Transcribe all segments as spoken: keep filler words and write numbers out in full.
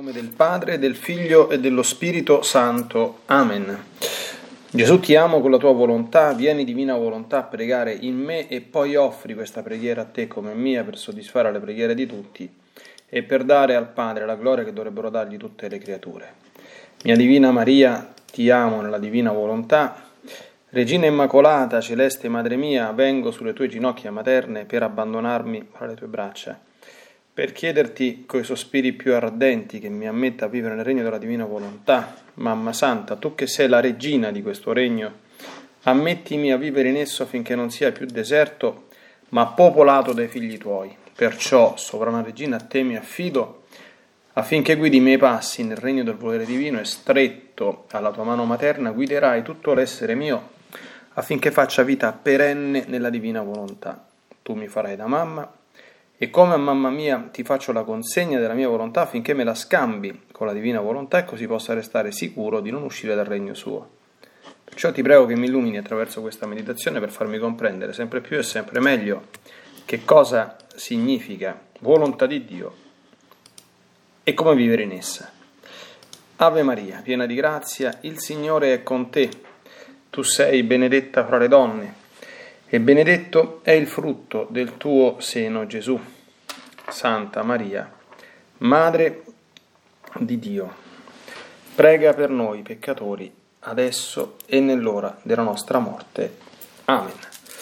nome del Padre, del Figlio e dello Spirito Santo. Amen. Gesù, ti amo con la tua volontà, vieni divina volontà a pregare in me e poi offri questa preghiera a te come mia per soddisfare le preghiere di tutti e per dare al Padre la gloria che dovrebbero dargli tutte le creature. Mia Divina Maria, ti amo nella divina volontà. Regina Immacolata, celeste Madre mia, vengo sulle tue ginocchia materne per abbandonarmi fra le tue braccia, per chiederti coi sospiri più ardenti che mi ammetta a vivere nel regno della divina volontà. Mamma Santa, tu che sei la regina di questo regno, ammettimi a vivere in esso affinché non sia più deserto, ma popolato dai figli tuoi. Perciò, sovrana regina, a te mi affido, affinché guidi i miei passi nel regno del volere divino e stretto alla tua mano materna guiderai tutto l'essere mio, affinché faccia vita perenne nella divina volontà. Tu mi farai da mamma, e come a mamma mia ti faccio la consegna della mia volontà affinché me la scambi con la divina volontà e così possa restare sicuro di non uscire dal regno suo. Perciò ti prego che mi illumini attraverso questa meditazione per farmi comprendere sempre più e sempre meglio che cosa significa volontà di Dio e come vivere in essa. Ave Maria, piena di grazia, il Signore è con te. Tu sei benedetta fra le donne, e benedetto è il frutto del tuo seno, Gesù. Santa Maria, Madre di Dio, prega per noi peccatori, adesso e nell'ora della nostra morte. Amen.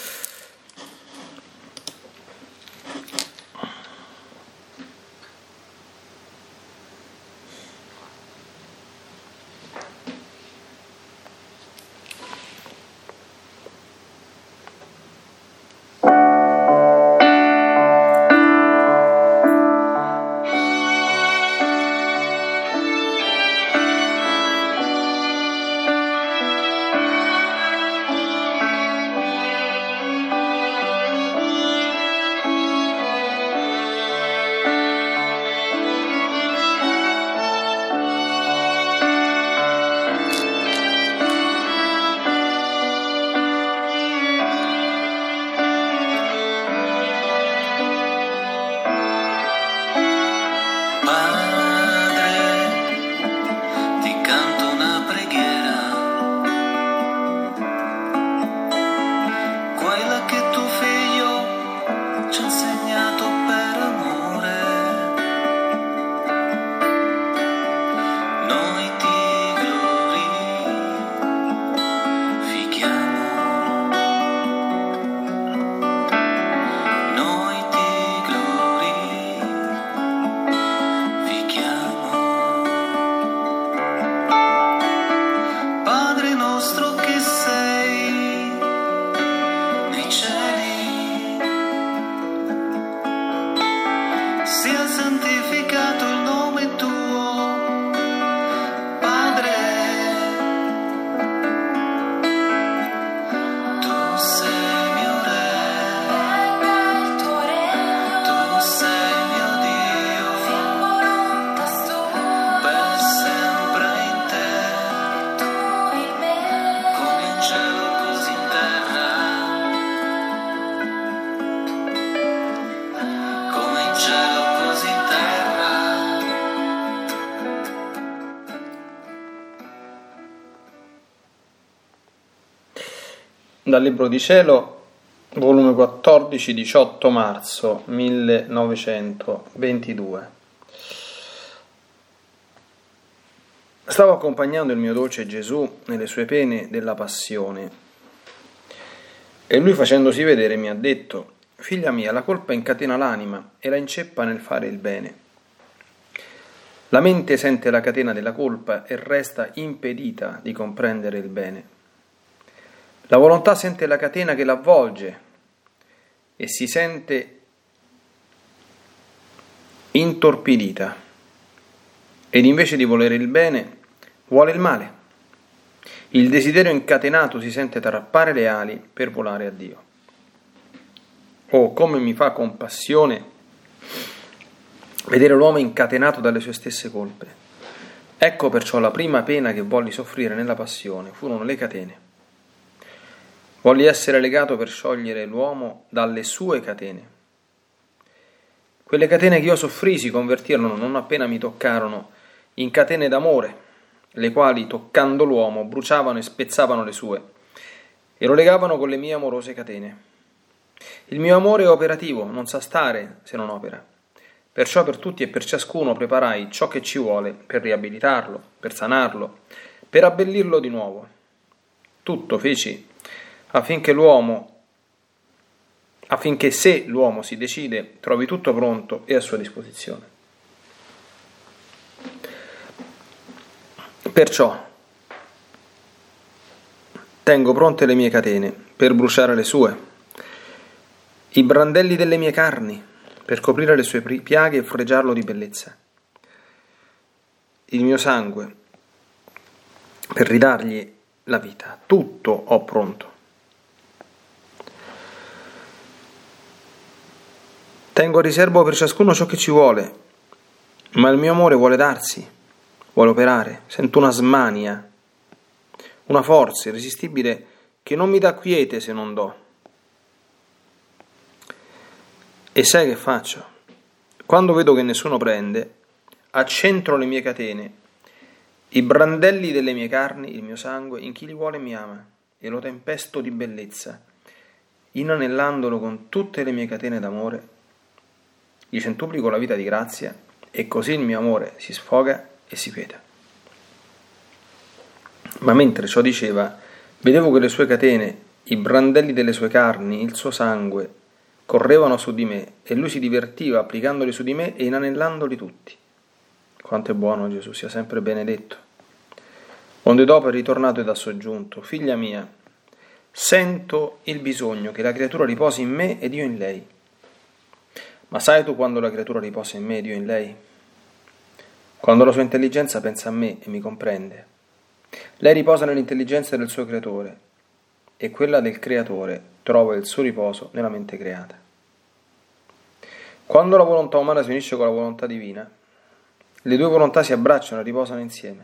Dal Libro di Cielo, volume quattordici, diciotto marzo millenovecentoventidue. Stavo accompagnando il mio dolce Gesù nelle sue pene della passione e lui, facendosi vedere, mi ha detto: figlia mia, la colpa incatena l'anima e la inceppa nel fare il bene. La mente sente la catena della colpa e resta impedita di comprendere il bene. La volontà sente la catena che l'avvolge e si sente intorpidita, ed invece di volere il bene vuole il male. Il desiderio incatenato si sente tarppare le ali per volare a Dio. Oh, come mi fa compassione vedere l'uomo incatenato dalle sue stesse colpe. Ecco perciò la prima pena che volli soffrire nella passione furono le catene. Volli essere legato per sciogliere l'uomo dalle sue catene. Quelle catene che io soffrii si convertirono non appena mi toccarono in catene d'amore, le quali, toccando l'uomo, bruciavano e spezzavano le sue, e lo legavano con le mie amorose catene. Il mio amore è operativo, non sa stare se non opera. Perciò per tutti e per ciascuno preparai ciò che ci vuole per riabilitarlo, per sanarlo, per abbellirlo di nuovo. Tutto feci affinché l'uomo, affinché se l'uomo si decide, trovi tutto pronto e a sua disposizione. Perciò tengo pronte le mie catene per bruciare le sue, i brandelli delle mie carni per coprire le sue piaghe e fregiarlo di bellezza, il mio sangue per ridargli la vita. Tutto ho pronto. Tengo a riservo per ciascuno ciò che ci vuole, ma il mio amore vuole darsi, vuole operare. Sento una smania, una forza irresistibile che non mi dà quiete se non do. E sai che faccio? Quando vedo che nessuno prende, accentro le mie catene, i brandelli delle mie carni, il mio sangue, in chi li vuole mi ama, e lo tempesto di bellezza, inanellandolo con tutte le mie catene d'amore, gli centuplico la vita di grazia, e così il mio amore si sfoga e si quieta. Ma mentre ciò diceva, vedevo che le sue catene, i brandelli delle sue carni, il suo sangue, correvano su di me, e lui si divertiva applicandoli su di me e inanellandoli tutti. Quanto è buono Gesù, sia sempre benedetto. Onde dopo è ritornato ed ha soggiunto: figlia mia, sento il bisogno che la creatura riposi in me ed io in lei. Ma sai tu quando la creatura riposa in me ed io in lei? Quando la sua intelligenza pensa a me e mi comprende. Lei riposa nell'intelligenza del suo creatore, e quella del creatore trova il suo riposo nella mente creata. Quando la volontà umana si unisce con la volontà divina, le due volontà si abbracciano e riposano insieme.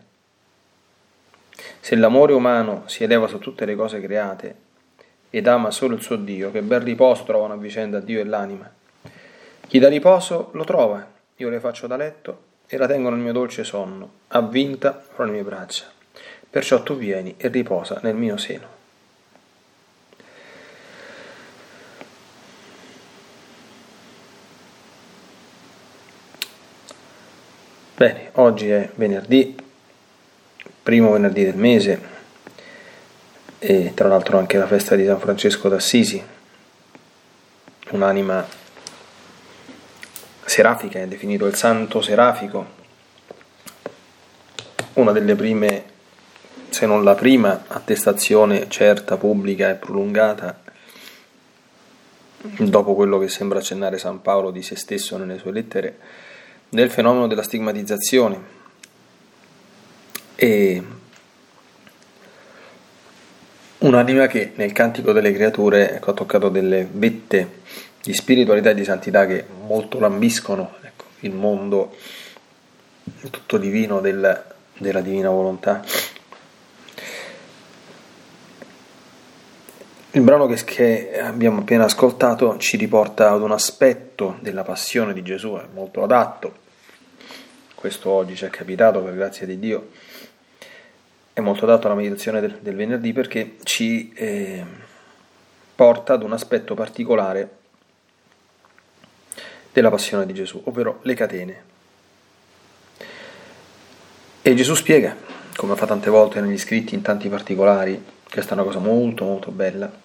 Se l'amore umano si eleva su tutte le cose create ed ama solo il suo Dio, che bel riposo trovano a vicenda Dio e l'anima. Chi dà riposo lo trova, io le faccio da letto e la tengo nel mio dolce sonno, avvinta fra le mie braccia. Perciò tu vieni e riposa nel mio seno. Bene, oggi è venerdì, primo venerdì del mese, e tra l'altro anche la festa di San Francesco d'Assisi, un'anima serafica, è definito il santo serafico, una delle prime, se non la prima, attestazione certa, pubblica e prolungata, dopo quello che sembra accennare San Paolo di se stesso nelle sue lettere, del fenomeno della stigmatizzazione. E un'anima che nel Cantico delle Creature, ecco, ha toccato delle vette di spiritualità e di santità che molto lambiscono, ecco, il mondo tutto divino del, della divina volontà. Il brano che, che abbiamo appena ascoltato ci riporta ad un aspetto della passione di Gesù, è molto adatto. Questo oggi ci è capitato per grazia di Dio, è molto adatto alla meditazione del, del venerdì, perché ci eh, porta ad un aspetto particolare della passione di Gesù, ovvero le catene. E Gesù spiega, come fa tante volte negli scritti in tanti particolari, questa è una cosa molto molto bella,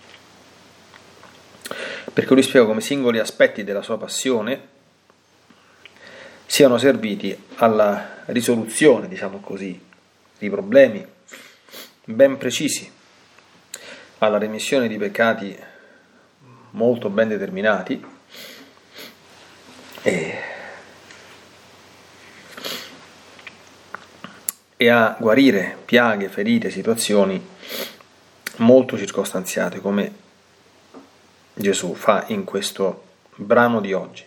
perché lui spiega come singoli aspetti della sua passione siano serviti alla risoluzione, diciamo così, di problemi ben precisi, alla remissione di peccati molto ben determinati e, e a guarire piaghe, ferite, situazioni molto circostanziate, come Gesù fa in questo brano di oggi.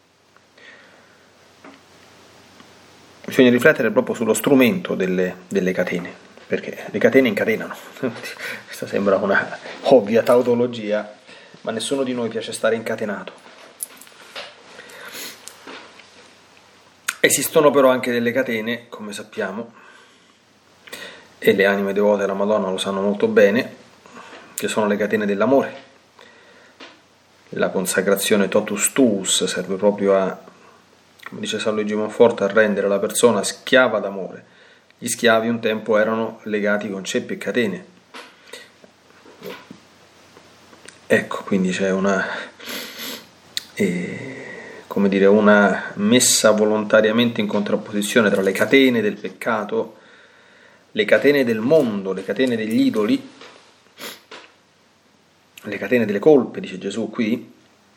Bisogna riflettere proprio sullo strumento delle, delle catene, perché le catene incatenano. Questa sembra una ovvia tautologia, ma nessuno di noi piace stare incatenato. E Esistono però anche delle catene, come sappiamo, e le anime devote alla Madonna lo sanno molto bene, che sono le catene dell'amore. La consacrazione totus tuus serve proprio a, come dice San Luigi Monforte, a rendere la persona schiava d'amore. Gli schiavi un tempo erano legati con ceppi e catene. Ecco, quindi c'è una, eh, come dire, una messa volontariamente in contrapposizione tra le catene del peccato, le catene del mondo, le catene degli idoli, le catene delle colpe, dice Gesù qui,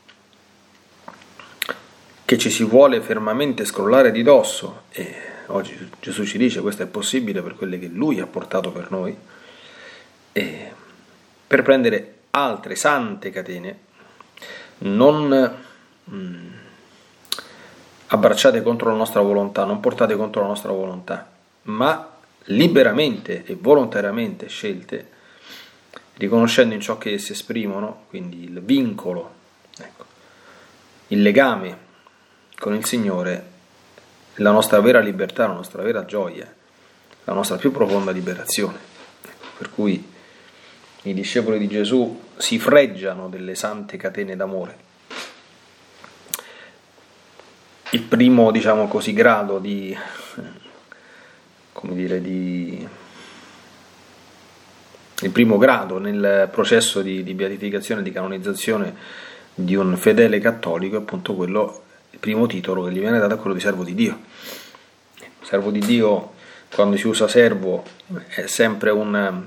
che ci si vuole fermamente scrollare di dosso, e oggi Gesù ci dice questo è possibile per quelle che Lui ha portato per noi, e per prendere altre sante catene, non mh, abbracciate contro la nostra volontà, non portate contro la nostra volontà, ma liberamente e volontariamente scelte, riconoscendo in ciò che si esprimono, quindi il vincolo, ecco, il legame con il Signore, la nostra vera libertà, la nostra vera gioia, la nostra più profonda liberazione. Ecco, per cui i discepoli di Gesù si freggiano delle sante catene d'amore. Il primo, diciamo così, grado di, come dire, di il primo grado nel processo di, di beatificazione, di canonizzazione di un fedele cattolico è appunto quello, il primo titolo che gli viene dato è quello di servo di Dio. Servo di Dio, quando si usa servo, è sempre un,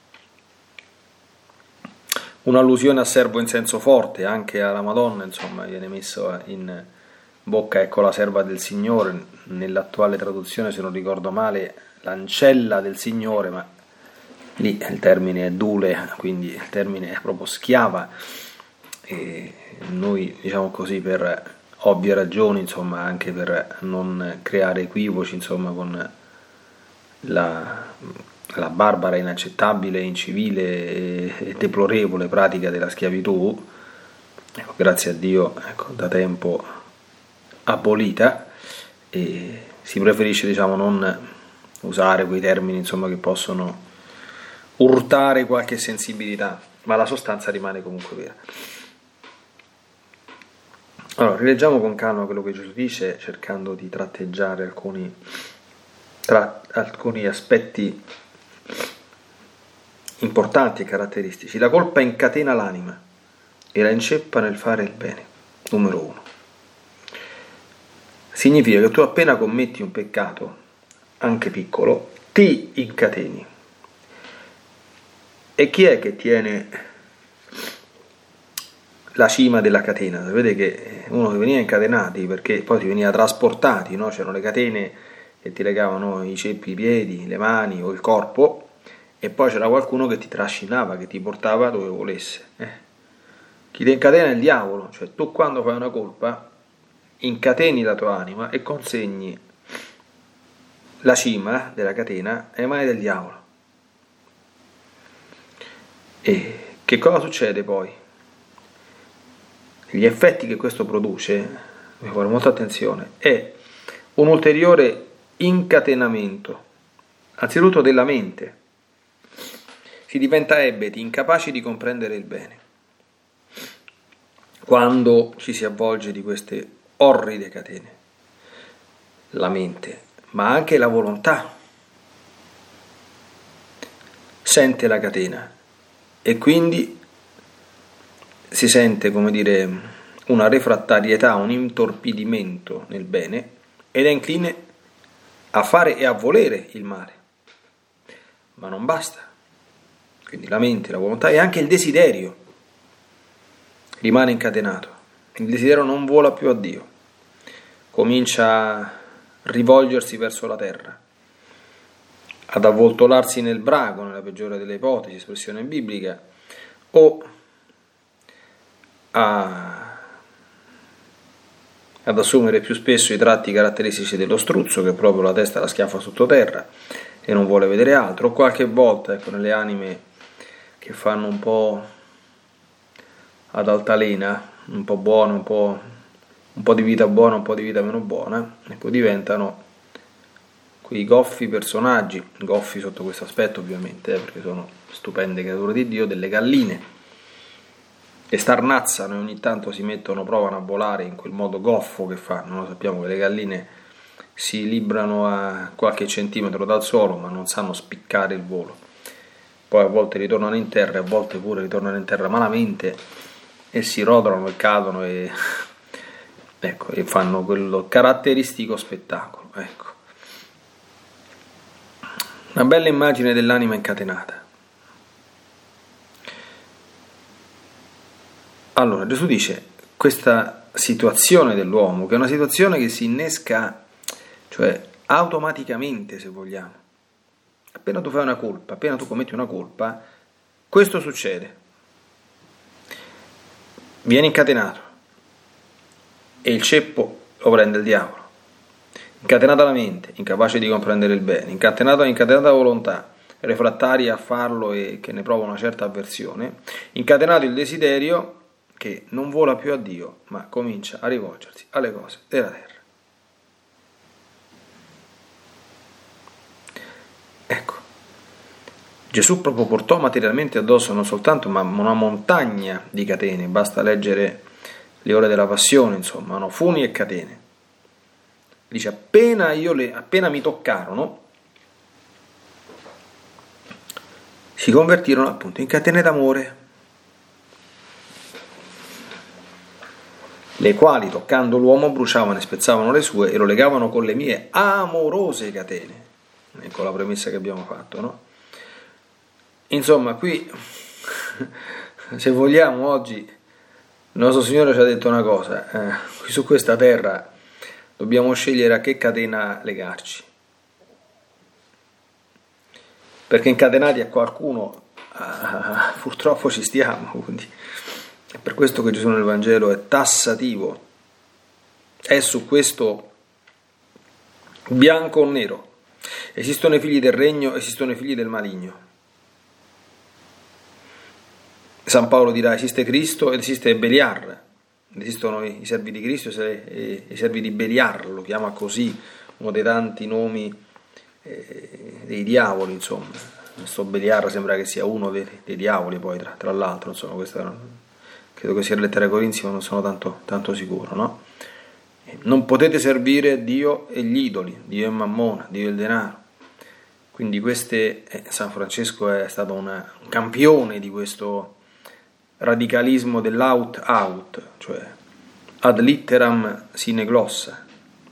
un'allusione a servo in senso forte, anche alla Madonna, insomma, viene messo in bocca, ecco, la serva del Signore, nell'attuale traduzione, se non ricordo male, l'ancella del Signore, ma lì il termine è dule, quindi il termine è proprio schiava, e noi, diciamo così, per ovvie ragioni, insomma, anche per non creare equivoci, insomma, con la, la barbara, inaccettabile, incivile e deplorevole pratica della schiavitù, ecco, grazie a Dio, ecco, da tempo abolita, e si preferisce, diciamo, non usare quei termini, insomma, che possono urtare qualche sensibilità, ma la sostanza rimane comunque vera. Allora, rileggiamo con calma quello che Gesù dice, cercando di tratteggiare alcuni, tra, alcuni aspetti importanti e caratteristici. La colpa incatena l'anima e la inceppa nel fare il bene. Numero uno. Significa che tu appena commetti un peccato, anche piccolo, ti incateni. E chi è che tiene la cima della catena? Sapete che uno veniva incatenati perché poi si veniva trasportati, no? C'erano le catene che ti legavano i ceppi, i piedi, le mani o il corpo, e poi c'era qualcuno che ti trascinava, che ti portava dove volesse. Eh. Chi ti incatena è il diavolo, cioè tu quando fai una colpa incateni la tua anima e consegni la cima della catena alle mani del diavolo. E che cosa succede poi? Gli effetti che questo produce, devo fare molta attenzione, è un ulteriore incatenamento, anzitutto della mente. Si diventa ebeti, incapaci di comprendere il bene, quando ci si avvolge di queste orride catene. La mente, ma anche la volontà, sente la catena e quindi si sente, come dire, una refrattarietà, un intorpidimento nel bene, ed è incline a fare e a volere il male. Ma non basta. Quindi la mente, la volontà e anche il desiderio rimane incatenato. Il desiderio non vola più a Dio, comincia a rivolgersi verso la terra, ad avvoltolarsi nel brago, nella peggiore delle ipotesi, espressione biblica, o a, ad assumere più spesso i tratti caratteristici dello struzzo, che proprio la testa la schiaffa sottoterra e non vuole vedere altro, o qualche volta, ecco, nelle anime che fanno un po' ad altalena, un po' buone, un po' un po' di vita buona, un po' di vita meno buona, ecco, diventano quei goffi personaggi, goffi sotto questo aspetto ovviamente, eh, perché sono stupende creature di Dio, delle galline, che starnazzano e ogni tanto si mettono, provano a volare in quel modo goffo che fanno. Noi sappiamo che le galline si librano a qualche centimetro dal suolo, ma non sanno spiccare il volo. Poi a volte ritornano in terra, e a volte pure ritornano in terra malamente e si rotolano e cadono e, ecco, e fanno quello caratteristico spettacolo. Ecco. Una bella immagine dell'anima incatenata. Allora, Gesù dice, questa situazione dell'uomo, che è una situazione che si innesca, cioè automaticamente, se vogliamo. Appena tu fai una colpa, appena tu commetti una colpa, questo succede. Vieni incatenato e il ceppo lo prende il diavolo. Incatenata la mente, incapace di comprendere il bene, incatenata, incatenata la volontà, refrattaria a farlo e che ne prova una certa avversione, incatenato il desiderio che non vola più a Dio, ma comincia a rivolgersi alle cose della terra. Ecco, Gesù proprio portò materialmente addosso non soltanto ma una montagna di catene, basta leggere le ore della passione, insomma, no? Funi e catene. Dice, appena, io le, appena mi toccarono, si convertirono appunto in catene d'amore, le quali, toccando l'uomo, bruciavano e spezzavano le sue e lo legavano con le mie amorose catene. Ecco la premessa che abbiamo fatto, no? Insomma, qui, se vogliamo, oggi il nostro Signore ci ha detto una cosa, eh, qui su questa terra dobbiamo scegliere a che catena legarci, perché incatenati a qualcuno ah, purtroppo ci stiamo, quindi è per questo che Gesù nel Vangelo è tassativo, è su questo bianco o nero. Esistono i figli del regno, esistono i figli del maligno. San Paolo dirà, esiste Cristo ed esiste Beliar. Esistono i servi di Cristo e i servi di Beliar, lo chiama così, uno dei tanti nomi eh, dei diavoli, insomma. Questo Beliar sembra che sia uno dei, dei diavoli, poi tra, tra l'altro, insomma, questa, credo che sia lettera ai Corinzi, ma non sono tanto, tanto sicuro, no? Non potete servire Dio e gli idoli, Dio e Mammona, Dio e il denaro. Quindi queste, eh, San Francesco è stato una, un campione di questo radicalismo dell'out-out, cioè ad litteram sine glossa.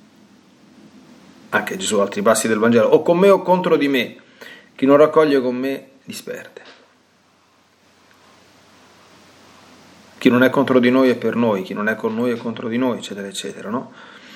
Anche Gesù, altri passi del Vangelo, o con me o contro di me, chi non raccoglie con me disperde. Chi non è contro di noi è per noi, chi non è con noi è contro di noi, eccetera, eccetera, no?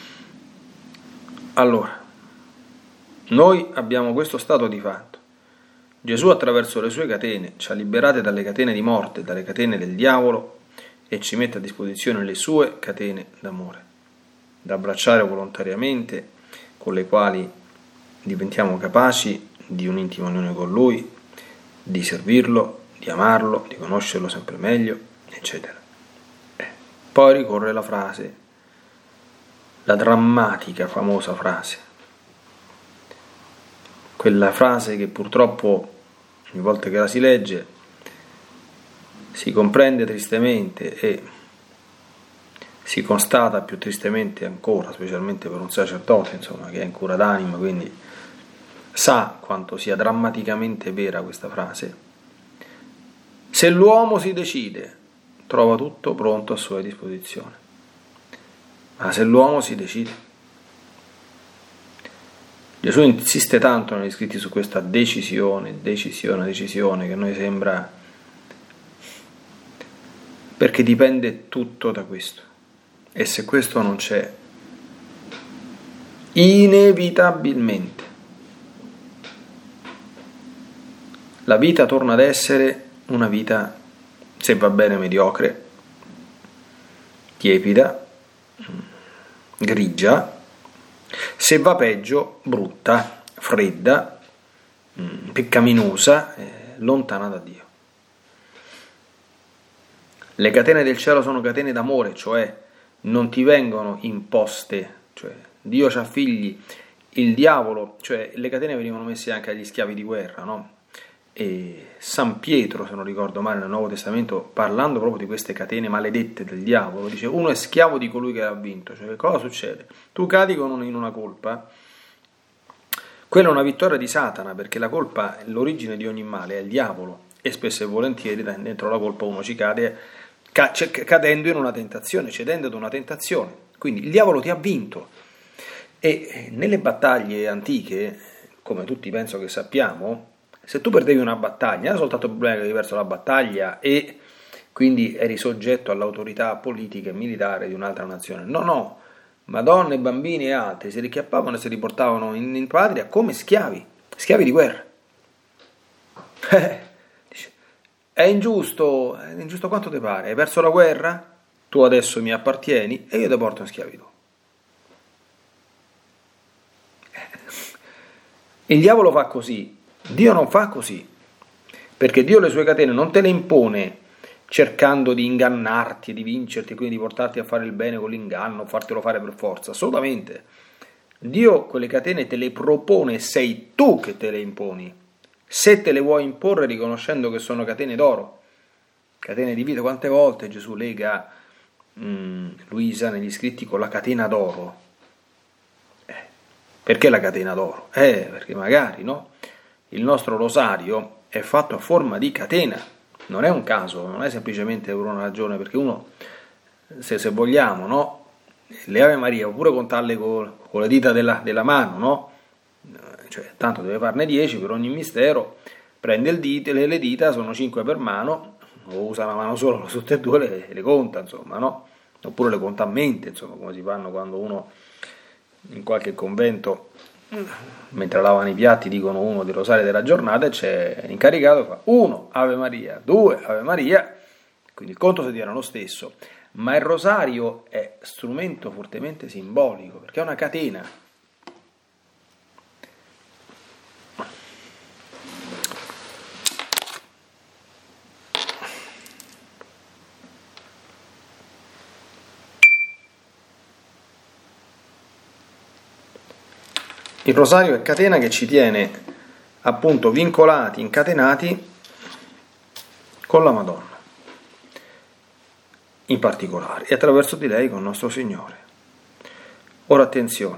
Allora, noi abbiamo questo stato di fatto. Gesù attraverso le sue catene ci ha liberate dalle catene di morte, dalle catene del diavolo e ci mette a disposizione le sue catene d'amore, da abbracciare volontariamente, con le quali diventiamo capaci di un'intima unione con Lui, di servirlo, di amarlo, di conoscerlo sempre meglio, eccetera. Eh. Poi ricorre la frase, la drammatica, famosa frase, quella frase che purtroppo ogni volta che la si legge si comprende tristemente e si constata più tristemente ancora, specialmente per un sacerdote, insomma, che è in cura d'anima, quindi sa quanto sia drammaticamente vera questa frase. Se l'uomo si decide, trova tutto pronto a sua disposizione. Ma se l'uomo si decide, Gesù insiste tanto negli scritti su questa decisione, decisione, decisione, che a noi sembra, perché dipende tutto da questo. E se questo non c'è, inevitabilmente la vita torna ad essere una vita, se va bene, mediocre, tiepida, grigia, se va peggio, brutta, fredda, peccaminosa, eh, lontana da Dio. Le catene del cielo sono catene d'amore, cioè non ti vengono imposte, cioè Dio c'ha figli, il diavolo, cioè le catene venivano messe anche agli schiavi di guerra, no? E San Pietro, se non ricordo male, nel Nuovo Testamento, parlando proprio di queste catene maledette del diavolo, dice: uno è schiavo di colui che ha vinto. Cioè, che cosa succede? Tu cadi con un, in una colpa, quella è una vittoria di Satana, perché la colpa, l'origine di ogni male è il diavolo, e spesso e volentieri dentro la colpa uno ci cade cadendo in una tentazione, cedendo ad una tentazione. Quindi il diavolo ti ha vinto. E nelle battaglie antiche, come tutti penso che sappiamo, se tu perdevi una battaglia, non era soltanto il problema che avevi perso la battaglia e quindi eri soggetto all'autorità politica e militare di un'altra nazione. No, no, ma donne, bambini e altri si richiappavano e si riportavano in, in patria come schiavi, schiavi di guerra. Eh, dice, è ingiusto, è ingiusto quanto ti pare, hai perso la guerra, tu adesso mi appartieni e io ti porto in schiavitù. Il diavolo fa così, Dio non fa così, perché Dio le sue catene non te le impone cercando di ingannarti e di vincerti, quindi di portarti a fare il bene con l'inganno, fartelo fare per forza, assolutamente. Dio quelle catene te le propone, sei tu che te le imponi, se te le vuoi imporre riconoscendo che sono catene d'oro, catene di vita. Quante volte Gesù lega mh, Luisa negli scritti con la catena d'oro? Perché la catena d'oro? Eh, perché magari, no? Il nostro rosario è fatto a forma di catena, non è un caso, non è semplicemente per una ragione, perché uno, se, se vogliamo, no? Le Ave Maria, oppure contarle con, con le dita della, della mano, no? Cioè, tanto deve farne dieci per ogni mistero, prende il dito, le, le dita, sono cinque per mano, o usa una mano sola, tutte e due le, le conta, insomma, no? Oppure le conta a mente, insomma, come si fanno quando uno in qualche convento, mentre lavano i piatti, dicono uno dei rosari della giornata e c'è l'incaricato, fa uno Ave Maria, due Ave Maria, quindi il conto si tira lo stesso, ma il rosario è strumento fortemente simbolico, perché è una catena. Il rosario è catena che ci tiene appunto vincolati, incatenati con la Madonna, in particolare, e attraverso di lei con nostro Signore. Ora attenzione,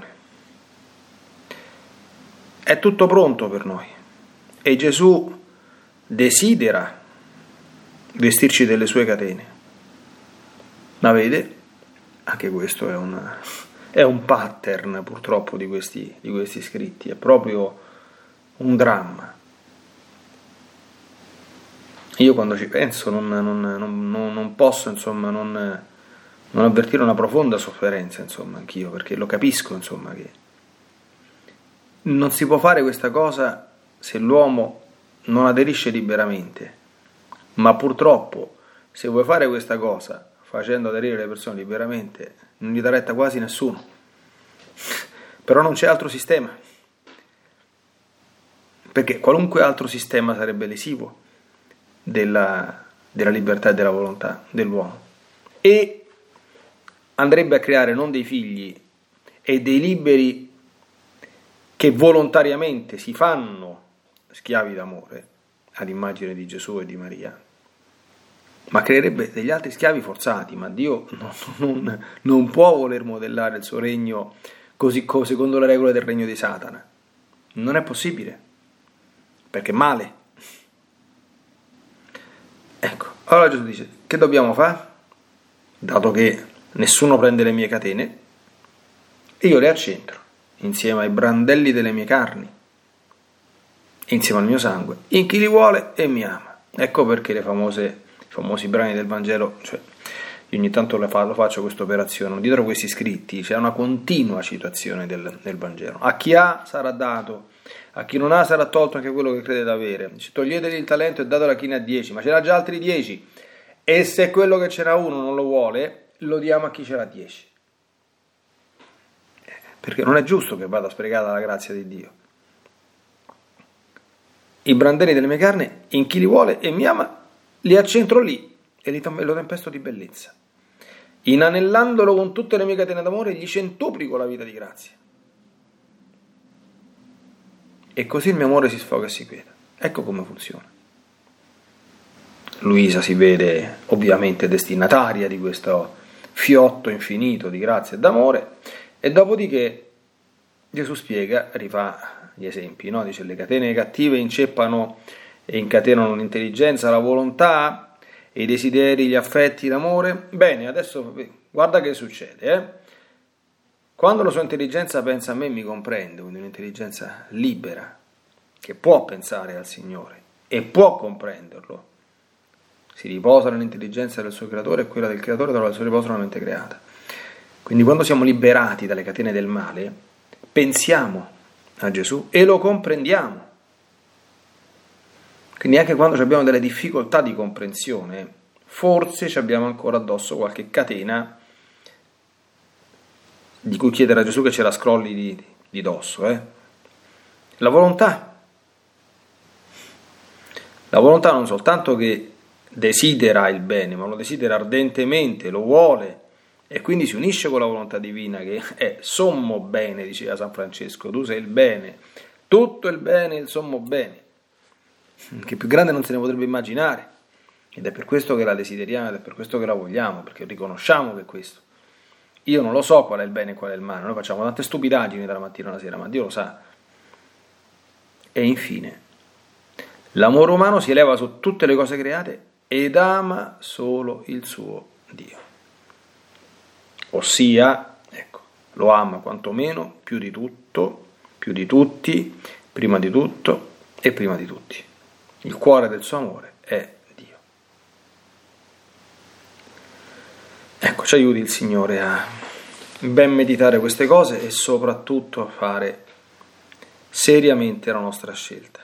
è tutto pronto per noi e Gesù desidera vestirci delle sue catene, ma vede, anche questo è un... È un pattern purtroppo di questi, di questi scritti, è proprio un dramma. Io quando ci penso non, non, non, non posso insomma non, non avvertire una profonda sofferenza, insomma, anch'io, perché lo capisco, insomma, che non si può fare questa cosa se l'uomo non aderisce liberamente, ma purtroppo se vuoi fare questa cosa facendo aderire le persone liberamente non gli dà retta quasi nessuno, però non c'è altro sistema, perché qualunque altro sistema sarebbe lesivo della, della libertà e della volontà dell'uomo e andrebbe a creare non dei figli e dei liberi che volontariamente si fanno schiavi d'amore ad immagine di Gesù e di Maria, ma creerebbe degli altri schiavi forzati. Ma Dio non, non, non può voler modellare il suo regno così secondo le regole del regno di Satana, non è possibile, perché è male. Ecco, allora Gesù dice: che dobbiamo fare? Dato che nessuno prende le mie catene, io le accentro insieme ai brandelli delle mie carni, insieme al mio sangue, in chi li vuole e mi ama. Ecco perché le famose i famosi brani del Vangelo, cioè io ogni tanto lo faccio questa operazione, dietro questi scritti c'è una continua citazione del, del Vangelo. A chi ha sarà dato, a chi non ha sarà tolto anche quello che crede d'avere. Toglietegli il talento e datelo a chi ne ha dieci, ma ce n'ha già altri dieci, e se quello che ce n'ha uno non lo vuole, lo diamo a chi ce n'ha dieci, perché non è giusto che vada sprecata la grazia di Dio. I brandelli delle mie carni, in chi li vuole e mi ama, li accentro lì e li lo tempesto di bellezza. inanellandolo con tutte le mie catene d'amore, gli centuplico la vita di grazia. E così il mio amore si sfoga e si quieta. Ecco come funziona. Luisa si vede ovviamente destinataria di questo fiotto infinito di grazia e d'amore, e dopodiché Gesù spiega, rifà gli esempi, no? Dice: le catene cattive inceppano e incatenano l'intelligenza, la volontà, i desideri, gli affetti, l'amore. Bene, adesso guarda che succede, eh? Quando la sua intelligenza pensa a me, mi comprende, quindi un'intelligenza libera, che può pensare al Signore e può comprenderlo, si riposa nell'intelligenza del suo creatore, e quella del creatore trova il suo riposo nella mente creata. Quindi quando siamo liberati dalle catene del male, pensiamo a Gesù e lo comprendiamo. Quindi anche quando abbiamo delle difficoltà di comprensione, forse ci abbiamo ancora addosso qualche catena di cui chiedere a Gesù che ce la scrolli di, di dosso. Eh? La volontà. La volontà non soltanto che desidera il bene, ma lo desidera ardentemente, lo vuole, e quindi si unisce con la volontà divina, che è sommo bene, diceva San Francesco. Tu sei il bene, tutto il bene, il sommo bene, che più grande non se ne potrebbe immaginare, ed è per questo che la desideriamo, ed è per questo che la vogliamo, perché riconosciamo che è questo. Io non lo so qual è il bene e qual è il male, noi facciamo tante stupidaggini dalla mattina alla sera, ma Dio lo sa. E infine, l'amore umano si eleva su tutte le cose create ed ama solo il suo Dio. Ossia, ecco, lo ama quantomeno più di tutto, più di tutti, prima di tutto e prima di tutti. Il cuore del suo amore è Dio. Ecco, ci aiuti il Signore a ben meditare queste cose e soprattutto a fare seriamente la nostra scelta.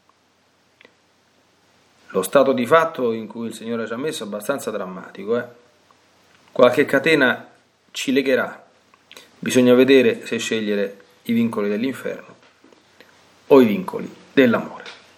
Lo stato di fatto in cui il Signore ci ha messo è abbastanza drammatico. Eh? Qualche catena ci legherà. Bisogna vedere se scegliere i vincoli dell'inferno o i vincoli dell'amore.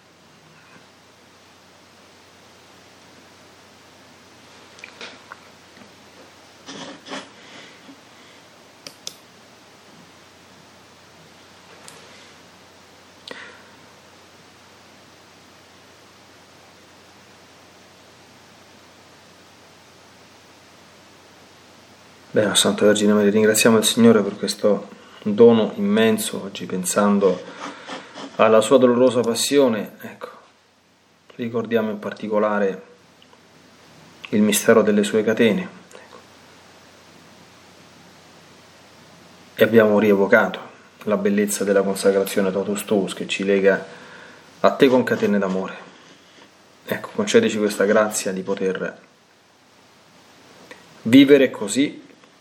Bene, Santa Vergine Maria, ringraziamo il Signore per questo dono immenso oggi, pensando alla sua dolorosa passione. Ecco, ricordiamo in particolare il mistero delle sue catene. Ecco. E abbiamo rievocato la bellezza della consacrazione totus tuus, che ci lega a te con catene d'amore. Ecco, concedici questa grazia di poter vivere così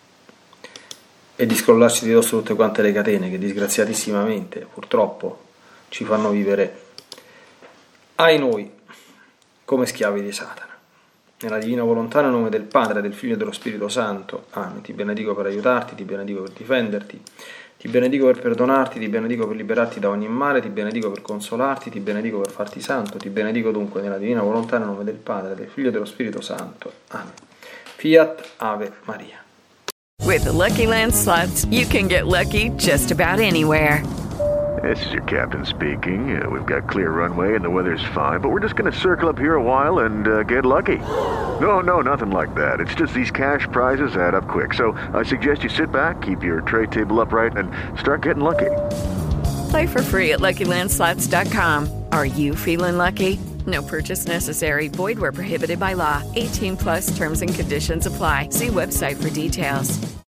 e di scrollarci di dosso tutte quante le catene che disgraziatissimamente purtroppo ci fanno vivere, ai noi, come schiavi di Satana. Nella divina volontà, nel nome del Padre, del Figlio e dello Spirito Santo. Amen. Ti benedico per aiutarti, ti benedico per difenderti, ti benedico per perdonarti, ti benedico per liberarti da ogni male, ti benedico per consolarti, ti benedico per farti santo, ti benedico dunque nella divina volontà, nel nome del Padre, del Figlio e dello Spirito Santo. Amen. Fiat Ave Maria. With the Lucky Land Slots, you can get lucky just about anywhere. This is your captain speaking. Uh, we've got clear runway and the weather's fine, but we're just going to circle up here a while and uh, get lucky. No, no, nothing like that. It's just these cash prizes add up quick. So I suggest you sit back, keep your tray table upright, and start getting lucky. Play for free at Lucky Land Slots dot com. Are you feeling lucky? No purchase necessary. Void where prohibited by law. eighteen plus terms and conditions apply. See website for details.